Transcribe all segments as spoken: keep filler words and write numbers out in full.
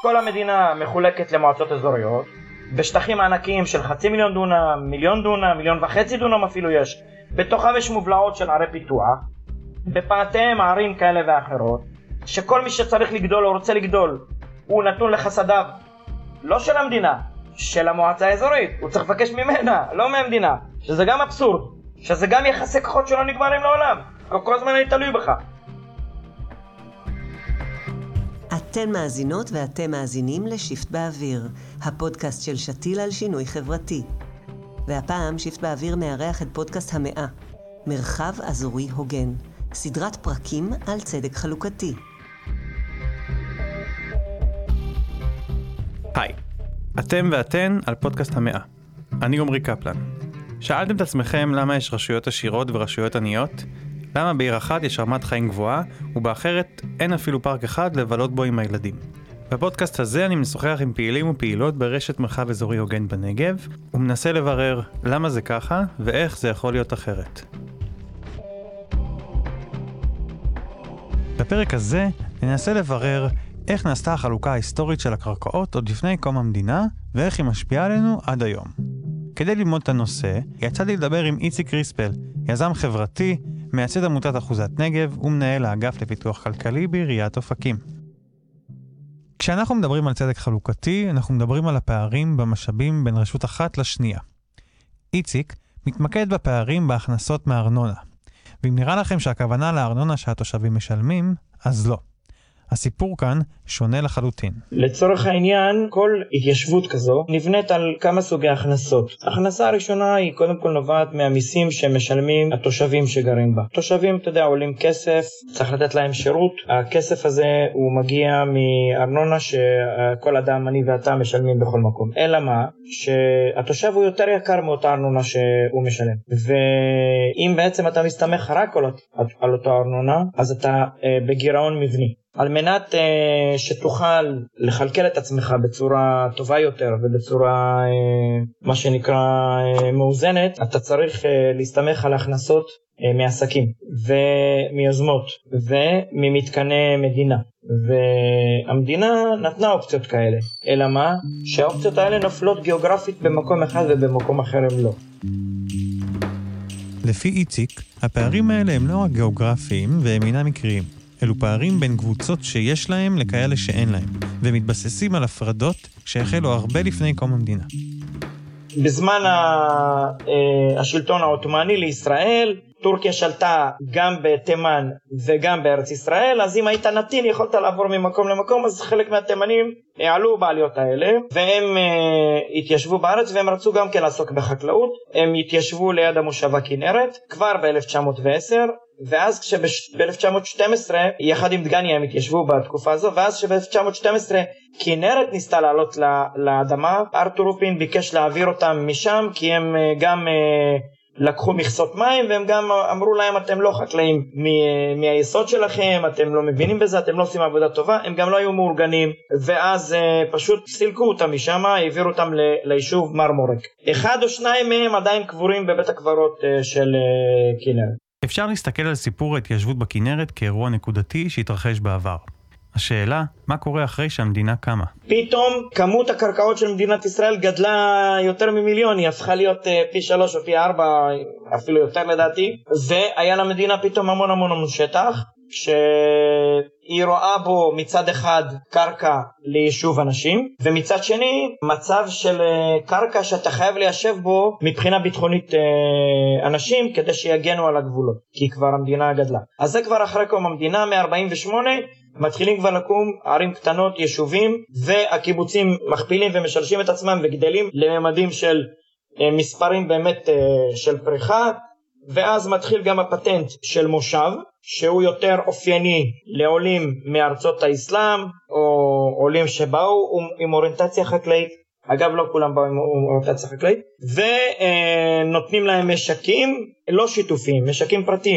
כל המדינה מחולקת למועצות אזוריות, בשטחים ענקיים של חצי מיליון דונם, מיליון דונם, מיליון וחצי דונם אפילו יש. בתוכה יש מובלעות של ערי פיתוח, בפאתיהם ערים כאלה ואחרות, שכל מי שצריך לגדול או רוצה לגדול, הוא נתון לחסדיו, לא של המדינה, של המועצה האזורית. הוא צריך לבקש ממנה, לא מהמדינה, שזה גם אבסורד, שזה גם יחסי כוחות שלא נגמרים לעולם. כל הזמן אני תלוי בך. אתן מאזינות ואתם מאזינים לשיפט באוויר, הפודקאסט של שתיל על שינוי חברתי. והפעם שיפט באוויר מארח את פודקאסט המאה, מרחב אזורי הוגן, סדרת פרקים על צדק חלוקתי. היי, אתם ואתן על פודקאסט המאה. אני עומרי קפלן. שאלתם את עצמכם למה יש רשויות עשירות ורשויות עניות? למה בעיר אחת יש רמת חיים גבוהה, ובאחרת אין אפילו פארק אחד לבלות בו עם הילדים? בפודקאסט הזה אני משוחח עם פעילים ופעילות ברשת מרחב אזורי הוגן בנגב, ומנסה לברר למה זה ככה ואיך זה יכול להיות אחרת. בפרק הזה ננסה לברר איך נעשתה החלוקה ההיסטורית של הקרקעות עוד לפני קום המדינה, ואיך היא משפיעה עלינו עד היום. כדי ללמוד את הנושא, יצאתי לדבר עם איציק ריספל, יזם חברתי, מייסד עמותת אחוזת נגב ומנהל האגף לפיתוח כלכלי בעיריית אופקים. כשאנחנו מדברים על צדק חלוקתי, אנחנו מדברים על הפערים במשאבים בין רשות אחת לשנייה. איציק מתמקד בפערים בהכנסות מארנונה. ואם נראה לכם שהכוונה לארנונה שהתושבים משלמים, אז לא. הסיפור כאן שונה לחלוטין. לצורך העניין, כל התיישבות כזו נבנית על כמה סוגי הכנסות. ההכנסה הראשונה היא קודם כל נובעת מהמיסים שמשלמים התושבים שגרים בה. תושבים, אתה יודע, עולים כסף, צריך לתת להם שירות. הכסף הזה הוא מגיע מארנונה שכל אדם, אני ואתה, משלמים בכל מקום. אלא מה? שהתושב הוא יותר יקר מאותה ארנונה שהוא משלם. ואם בעצם אתה מסתמך רק על, על אותו ארנונה, אז אתה בגירעון מבני. על מנת uh, שתוכל לחלקל את עצמך בצורה טובה יותר ובצורה uh, מה שנקרא uh, מאוזנת, אתה צריך uh, להסתמך על הכנסות uh, מעסקים ומיוזמות וממתקני מדינה. והמדינה נתנה אופציות כאלה, אלא מה? שהאופציות האלה נופלות גיאוגרפית במקום אחד ובמקום אחר הם לא. לפי איציק, הפערים האלה הם לא רק גיאוגרפיים והם אינם מקריים. אלו פערים בין קבוצות שיש להם לכאלה שאין להם, ומתבססים על הפרדות שהחלו הרבה לפני קום המדינה. בזמן השלטון העות'מאני לישראל, טורקיה שלטה גם בתימן וגם בארץ ישראל, אז אם היית נתין יכולת לעבור ממקום למקום, אז חלק מהתימנים העלו בעליות האלה, והם התיישבו בארץ והם רצו גם כן לעסוק בחקלאות. הם התיישבו ליד המושבה כנרת כבר ב-אלף תשע מאות ועשר, ואז כשב-אלף תשע מאות ושתים עשרה, יחד עם דגניה הם התיישבו בתקופה הזו, ואז כשב-אלף תשע מאות ושתים עשרה כנרת ניסתה לעלות לאדמה, ארתור רופין ביקש להעביר אותם משם, כי הם גם לקחו מכסות מים, והם גם אמרו להם, אתם לא חקלאים מהיסוד שלכם, אתם לא מבינים בזה, אתם לא עושים עבודה טובה, הם גם לא היו מאורגנים, ואז פשוט סילקו אותם משם, העבירו אותם ליישוב מרמורק. אחד או שניים מהם עדיין קבורים בבית הקברות של כנרת. אפשר להסתכל על סיפור ההתיישבות בכנרת כאירוע נקודתי שהתרחש בעבר. השאלה, מה קורה אחרי שהמדינה קמה? פתאום כמות הקרקעות של מדינת ישראל גדלה יותר ממיליון, היא הפכה להיות פי שלוש או פי ארבע, אפילו יותר לדעתי, והיה למדינה פתאום המון המון המון שטח, שהיא רואה בו מצד אחד קרקע ליישוב אנשים, ומצד שני מצב של קרקע שאתה חייב ליישב בו מבחינה ביטחונית אנשים כדי שיגנו על הגבולות, כי כבר המדינה גדלה. אז זה כבר אחרי קום המדינה, מ-ארבעים ושמונה מתחילים כבר לקום ערים קטנות, יישובים, והקיבוצים מכפילים ומשלשים את עצמם וגדלים לממדים של מספרים באמת של פריחה, ואז מתחיל גם הפטנט של מושב, שהוא יותר אופייני לעולים מארצות האסלאם, או עולים שבאו עם אוריינטציה חקלאית. אגב, לא כולם באו עם אוריינטציה חקלאית. ונותנים להם משקים לא שיתופיים, משקים פרטיים.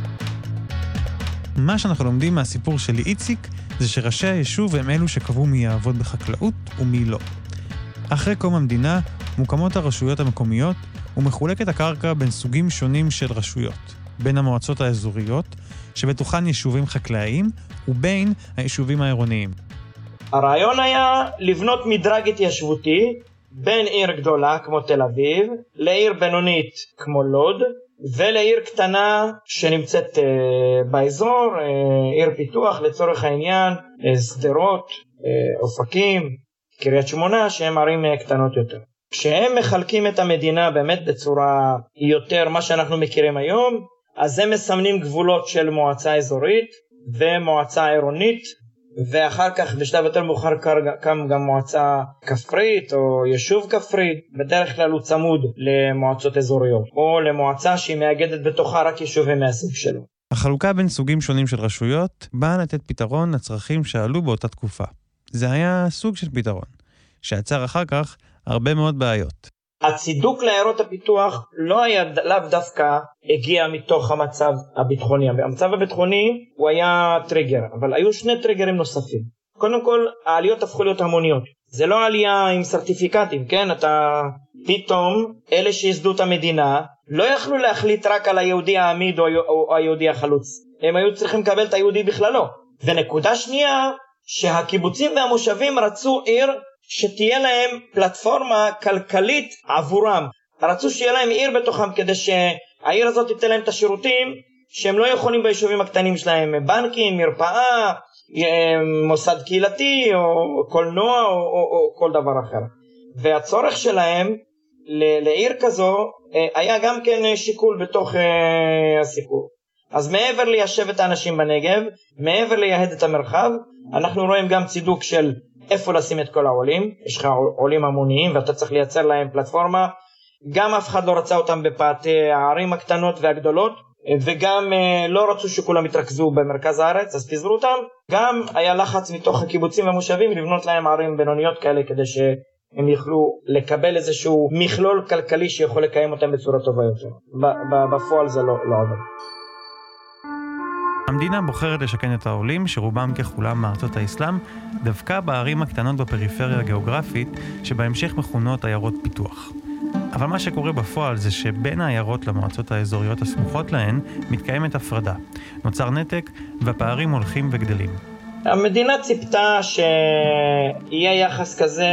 מה שאנחנו לומדים מהסיפור של איציק, זה שראשי היישוב הם אלו שקבעו מי יעבוד בחקלאות ומי לא. אחרי קום המדינה, מוקמות הרשויות המקומיות, ומחולקת הקרקע בין סוגים שונים של רשויות. בין המועצות האזוריות, שבתוכן יישובים חקלאיים, ובין היישובים העירוניים. הרעיון היה לבנות מדרג התיישבותי בין עיר גדולה כמו תל אביב, לעיר בינונית כמו לוד, ולעיר קטנה שנמצאת uh, באזור, uh, עיר פיתוח לצורך העניין, uh, סדרות, uh, אופקים, קריית שמונה, שהן ערים uh, קטנות יותר. כשהם מחלקים את המדינה באמת בצורה יותר מה שאנחנו מכירים היום, אז הם מסמנים גבולות של מועצה אזורית ומועצה עירונית, ואחר כך בשלב יותר מאוחר קם גם מועצה כפרית או יישוב כפרי, בדרך כלל הוא צמוד למועצות אזוריות, או למועצה שהיא מאגדת בתוכה רק יישובים מהסוג שלו. החלוקה בין סוגים שונים של רשויות באה לתת פתרון לצרכים שעלו באותה תקופה. זה היה סוג של פתרון, שיצר אחר כך הרבה מאוד בעיות. הצידוק לעיירות הפיתוח לא היה לאו דווקא הגיע מתוך המצב הביטחוני. המצב הביטחוני הוא היה טריגר, אבל היו שני טריגרים נוספים. קודם כל, העליות הפכו להיות המוניות. זה לא עלייה עם סרטיפיקטים, כן? אתה פתאום, אלה שיסדו את המדינה, לא יכלו להחליט רק על היהודי העמיד או, או היהודי החלוץ. הם היו צריכים לקבל את היהודי בכללו. ונקודה שנייה, שהקיבוצים והמושבים רצו עיר שתהיה להם פלטפורמה כלכלית עבורם. רצו שיהיה להם עיר בתוכם כדי שהעיר הזאת תיתן להם את השירותים שהם לא יכולים ביישובים הקטנים שלהם, בנקים, מרפאה, מוסד קהילתי או קולנוע או, או, או כל דבר אחר. והצורך שלהם לעיר כזו היה גם כן שיקול בתוך הסיפור. אז מעבר ליישב את האנשים בנגב, מעבר לייהד את המרחב, אנחנו רואים גם צידוק של איפה לשים את כל העולים. יש לך עולים המוניים ואתה צריך לייצר להם פלטפורמה. גם אף אחד לא רצה אותם בפאתי הערים הקטנות והגדולות, וגם לא רצו שכולם יתרכזו במרכז הארץ, אז פיזרו אותם. גם היה לחץ מתוך הקיבוצים והמושבים לבנות להם ערים בינוניות כאלה, כדי שהם יוכלו לקבל איזשהו מכלול כלכלי שיכול לקיים אותם בצורה טובה יותר. בפועל זה לא, לא עובד. המדינה בוחרת לשכן את העולים, שרובם ככולם מארצות האסלאם, דווקא בערים הקטנות בפריפריה הגיאוגרפית, שבהמשך מכונות עיירות פיתוח. אבל מה שקורה בפועל זה שבין העיירות למועצות האזוריות הסמוכות להן, מתקיימת הפרדה. נוצר נתק, והפערים הולכים וגדלים. המדינה ציפתה שיהיה יחס כזה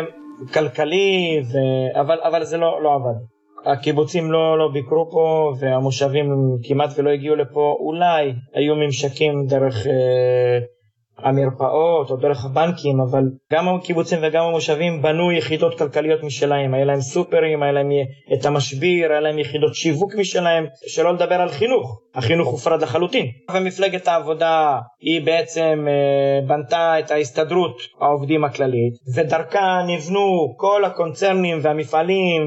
כלכלי, ו... אבל, אבל זה לא, לא עבד. הקיבוצים לא, לא ביקרו פה, והמושבים כמעט ולא הגיעו לפה. אולי היו ממשקים דרך אה, המרפאות או דרך הבנקים, אבל גם הקיבוצים וגם המושבים בנו יחידות כלכליות משלהם. היה להם סופרים, היה להם את המשביר, היה להם יחידות שיווק משלהם, שלא לדבר על חינוך. החינוך הופרד לחלוטין. ומפלגת העבודה היא בעצם אה, בנתה את ההסתדרות העובדים הכללית, ודרכה נבנו כל הקונצרנים והמפעלים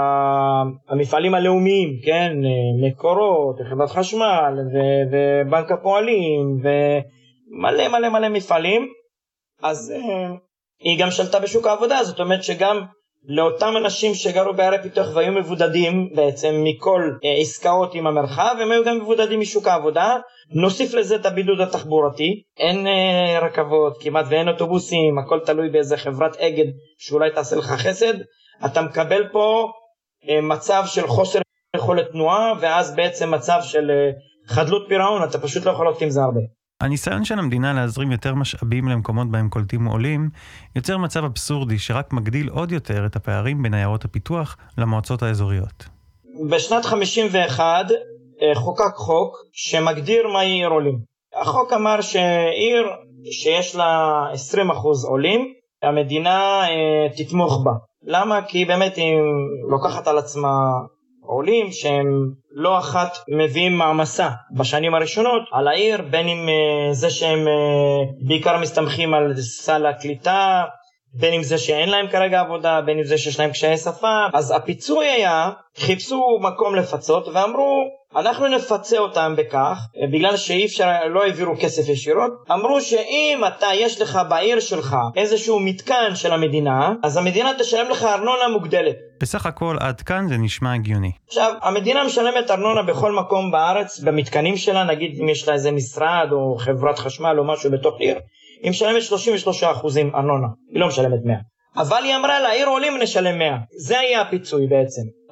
והמפעלים וה... הלאומיים, כן? מקורות, חברת חשמל ו... ובנק הפועלים ומלא מלא מלא מפעלים. אז אה, היא גם שלטה בשוק העבודה, זאת אומרת שגם לאותם אנשים שגרו בערי פיתוח והיו מבודדים בעצם מכל אה, עסקאות עם המרחב, הם היו גם מבודדים משוק העבודה. נוסיף לזה את הבידוד התחבורתי, אין אה, רכבות כמעט ואין אוטובוסים, הכל תלוי באיזה חברת אגד שאולי תעשה לך חסד. אתה מקבל פה אה, מצב של חוסר יכולת תנועה, ואז בעצם מצב של אה, חדלות פירעון, אתה פשוט לא יכול לעשות עם זה הרבה. הניסיון של המדינה להזרים יותר משאבים למקומות בהם קולטים עולים, יוצר מצב אבסורדי שרק מגדיל עוד יותר את הפערים בין עיירות הפיתוח למועצות האזוריות. בשנת חמישים ואחת חוקק חוק שמגדיר מהי עיר עולים. החוק אמר שעיר שיש לה עשרים אחוז עולים, המדינה תתמוך בה. למה? כי באמת היא לוקחת על עצמה עולים שהם לא אחת מביאים מעמסה בשנים הראשונות על העיר, בין אם uh, זה שהם uh, בעיקר מסתמכים על סל הקליטה, בין אם זה שאין להם כרגע עבודה, בין אם זה שיש להם קשיי שפה. אז הפיצוי היה, חיפשו מקום לפצות ואמרו אנחנו נפצה אותם בכך, בגלל שאי אפשר, לא העבירו כסף ישירות. אמרו שאם אתה יש לך בעיר שלך איזשהו מתקן של המדינה, אז המדינה תשלם לך ארנונה מוגדלת. בסך הכל עד כאן זה נשמע הגיוני. עכשיו, המדינה משלמת ארנונה בכל מקום בארץ, במתקנים שלה, נגיד אם יש לה איזה משרד או חברת חשמל או משהו בתוך עיר, היא משלמת שלושים ושלושה אחוזים ארנונה, היא לא משלמת מאה. אבל היא אמרה לעיר עולים נשלם מאה, זה היה הפיצוי בעצם.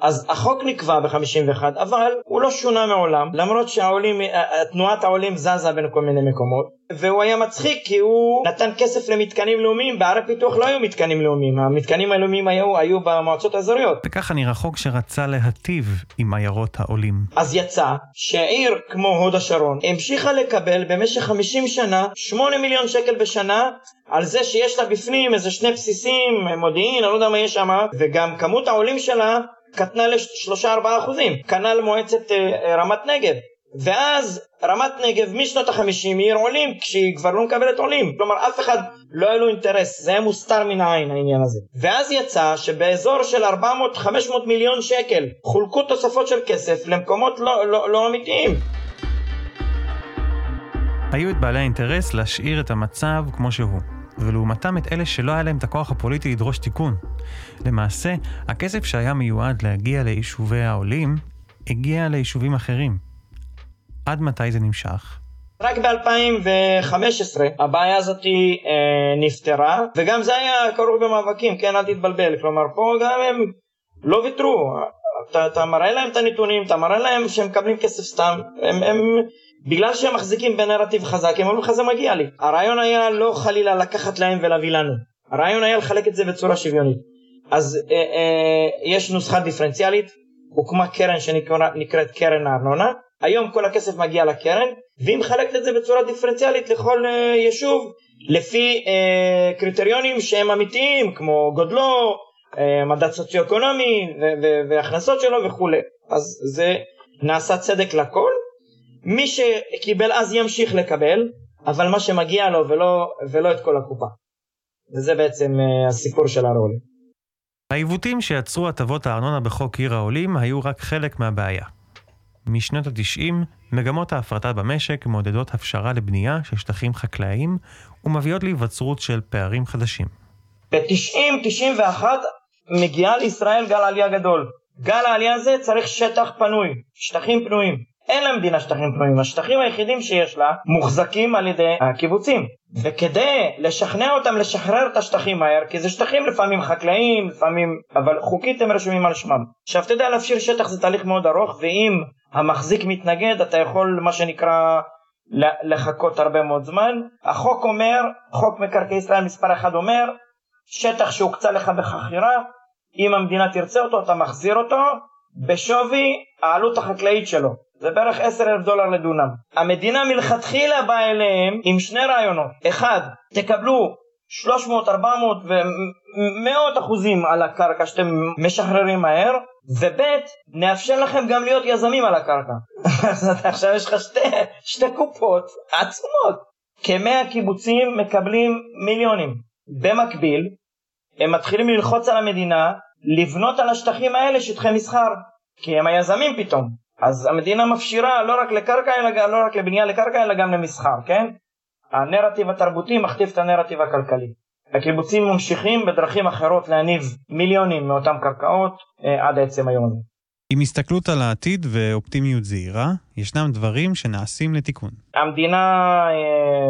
אז החוק נקבע ב-חמישים ואחת, אבל הוא לא שונה מעולם, למרות שהעולים, תנועת העולים זזה בין כל מיני מקומות, והוא היה מצחיק כי הוא נתן כסף למתקנים לאומיים, בערי פיתוח לא היו מתקנים לאומיים, המתקנים הלאומיים היו, היו במועצות האזוריות. וככה נראה חוק שרצה להטיב עם עיירות העולים. אז יצא שעיר כמו הוד השרון המשיכה לקבל במשך חמישים שנה שמונה מיליון שקל בשנה, על זה שיש לה בפנים איזה שני בסיסים, מודיעין, אני לא יודע מה יש שם, וגם כמות העולים שלה קטנה ל-שלושה עד ארבעה אחוזים, כנ"ל מועצת אה, רמת נגב. ואז רמת נגב משנות החמישים היא עיר עולים, כשהיא כבר לא מקבלת עולים, כלומר אף אחד לא היה לו אינטרס, זה היה מוסתר מן העין העניין הזה. ואז יצא שבאזור של ארבע מאות חמש מאות מיליון שקל חולקו תוספות של כסף למקומות לא, לא, לא אמיתיים. היו את בעלי האינטרס להשאיר את המצב כמו שהוא, ולעומתם את אלה שלא היה להם את הכוח הפוליטי לדרוש תיקון. למעשה, הכסף שהיה מיועד להגיע ליישובי העולים, הגיע ליישובים אחרים. עד מתי זה נמשך? רק ב-אלפיים וחמש עשרה הבעיה הזאת אה, נפטרה, וגם זה היה כרוך במאבקים, כן, אל תתבלבל, כלומר פה גם הם לא ויתרו, אתה, אתה מראה להם את הנתונים, אתה מראה להם שהם מקבלים כסף סתם, הם, הם, בגלל שהם מחזיקים בנרטיב חזק, הם אומרים לך זה מגיע לי. הרעיון היה לא חלילה לקחת להם ולהביא לנו, הרעיון היה לחלק את זה בצורה שוויונית. אז אה, אה, יש נוסחה דיפרנציאלית, הוקמה קרן שנקראת קרן הארנונה, היום כל הכסף מגיע לקרן, והיא מחלקת את זה בצורה דיפרנציאלית לכל אה, יישוב, לפי אה, קריטריונים שהם אמיתיים, כמו גודלו, אה, מדד סוציו-אקונומי, ו- ו- והכנסות שלו וכו'. אז זה נעשה צדק לכל, מי שקיבל אז ימשיך לקבל, אבל מה שמגיע לו ולא, ולא את כל הקופה. וזה בעצם אה, הסיפור של העולים. העיוותים שיצרו הטבות הארנונה בחוק עיר העולים היו רק חלק מהבעיה. משנות ה-תשעים, מגמות ההפרטה במשק מעודדות הפשרה לבנייה של שטחים חקלאיים ומביאות להיווצרות של פערים חדשים. ב-תשעים תשעים ואחת מגיעה לישראל גל עלייה גדול. גל העלייה הזה צריך שטח פנוי, שטחים פנויים. אין למדינה שטחים פנויים, השטחים היחידים שיש לה מוחזקים על ידי הקיבוצים. וכדי לשכנע אותם לשחרר את השטחים מהר, כי זה שטחים לפעמים חקלאיים, לפעמים, אבל חוקית הם רשומים על שמם. עכשיו אתה יודע, להפשיר שטח זה תהליך מאוד ארוך, ואם המחזיק מתנגד אתה יכול מה שנקרא לחכות הרבה מאוד זמן. החוק אומר, חוק מקרקעי ישראל מספר אחד אומר, שטח שהוקצה לך בחכירה, אם המדינה תרצה אותו אתה מחזיר אותו בשווי העלות החקלאית שלו, זה בערך עשרת אלפים דולר לדונם. המדינה מלכתחילה באה אליהם עם שני רעיונות, אחד, תקבלו שלוש מאות ארבע מאות ומאות אחוזים על הקרקע שאתם משחררים מהר, ובית, נאפשר לכם גם להיות יזמים על הקרקע. אז עכשיו יש לך שתי, שתי קופות עצומות. כמאה קיבוצים מקבלים מיליונים. במקביל, הם מתחילים ללחוץ על המדינה לבנות על השטחים האלה שטחי מסחר, כי הם היזמים פתאום. אז המדינה מפשירה לא רק לקרקע, אלא גם, לא רק לבנייה לקרקע, אלא גם למסחר, כן? הנרטיב התרבותי מכתיב את הנרטיב הכלכלי. הקיבוצים ממשיכים בדרכים אחרות להניב מיליונים מאותם קרקעות אה, עד עצם היום הזה. עם הסתכלות על העתיד ואופטימיות זהירה, ישנם דברים שנעשים לתיקון. המדינה אה,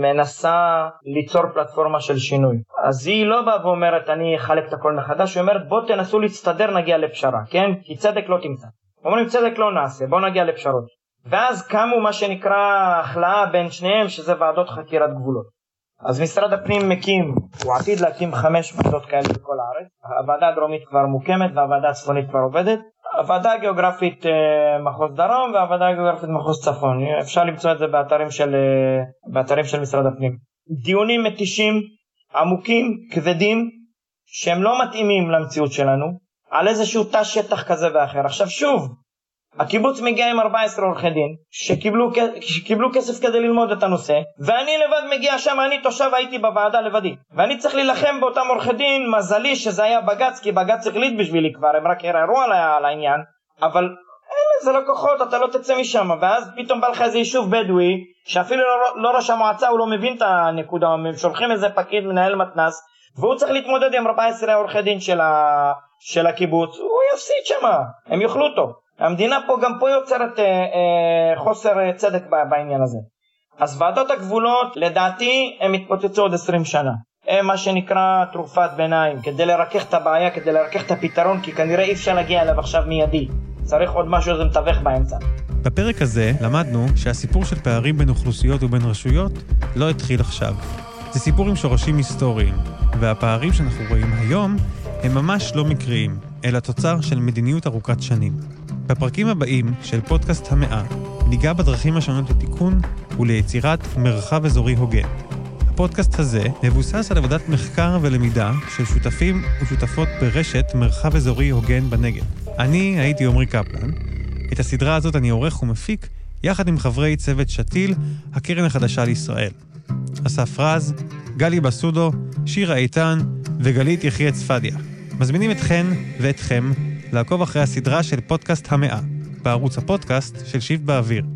מנסה ליצור פלטפורמה של שינוי. אז היא לא באה ואומרת אני אחלק את הכל מחדש, היא אומרת בוא תנסו להצטדר נגיע לפשרה, כן? כי צדק לא תמצא. אומרים צדק לא נעשה, בוא נגיע לפשרות. ואז קמו מה שנקרא החלאה בין שניהם, שזה ועדות חקירת גבולות. אז משרד הפנים מקים, הוא עתיד להקים חמש ועדות כאלה בכל הארץ. הוועדה הדרומית כבר מוקמת והוועדה הצפונית כבר עובדת. הוועדה הגיאוגרפית מחוז דרום והוועדה הגיאוגרפית מחוז צפון. אפשר למצוא את זה באתרים של, באתרים של משרד הפנים. דיונים מתישים, עמוקים, כבדים, שהם לא מתאימים למציאות שלנו, על איזשהו תא שטח כזה ואחר. עכשיו שוב, הקיבוץ מגיע עם ארבעה עשר עורכי דין, שקיבלו, שקיבלו כסף כדי ללמוד את הנושא, ואני לבד מגיע שם, אני תושב הייתי בוועדה לבדי, ואני צריך להילחם באותם עורכי דין, מזלי שזה היה בגץ, כי בגץ החליט בשבילי כבר, הם רק הרערו על העניין, אבל אין לזה לקוחות, אתה לא תצא משם, ואז פתאום בא לך איזה יישוב בדואי, שאפילו לא, לא ראש המועצה, הוא לא מבין את הנקודה, הם שולחים איזה פקיד מנהל מתנס, והוא צריך להתמודד עם ארבעה עשר עורכי דין של, ה... של הקיבוץ, הוא יפסיד שם, הם יאכלו אותו. המדינה פה גם פה יוצרת אה, אה, חוסר צדק בעניין הזה. אז ועדות הגבולות לדעתי הם התפוצצו עוד עשרים שנה. מה שנקרא תרופת ביניים, כדי לרכך את הבעיה, כדי לרכך את הפתרון, כי כנראה אי אפשר להגיע אליו עכשיו מיידי. צריך עוד משהו זה מתווך באמצע. בפרק הזה למדנו שהסיפור של פערים בין אוכלוסיות ובין רשויות לא התחיל עכשיו. זה סיפור עם שורשים היסטוריים, והפערים שאנחנו רואים היום הם ממש לא מקריים, אלא תוצר של מדיניות ארוכת שנים. בפרקים הבאים של פודקאסט המאה ניגע בדרכים השונות לתיקון וליצירת מרחב אזורי הוגן. הפודקאסט הזה מבוסס על עבודת מחקר ולמידה של שותפים ושותפות ברשת מרחב אזורי הוגן בנגב. אני הייתי עומרי קפלן. את הסדרה הזאת אני עורך ומפיק יחד עם חברי צוות שתיל, הקרן החדשה לישראל. אסף רז, גלי בסודו, שירה איתן וגלית יחיה צפדיה. מזמינים אתכן ואתכם לעקוב אחרי הסדרה של פודקאסט המאה, בערוץ הפודקאסט של שיפט באוויר.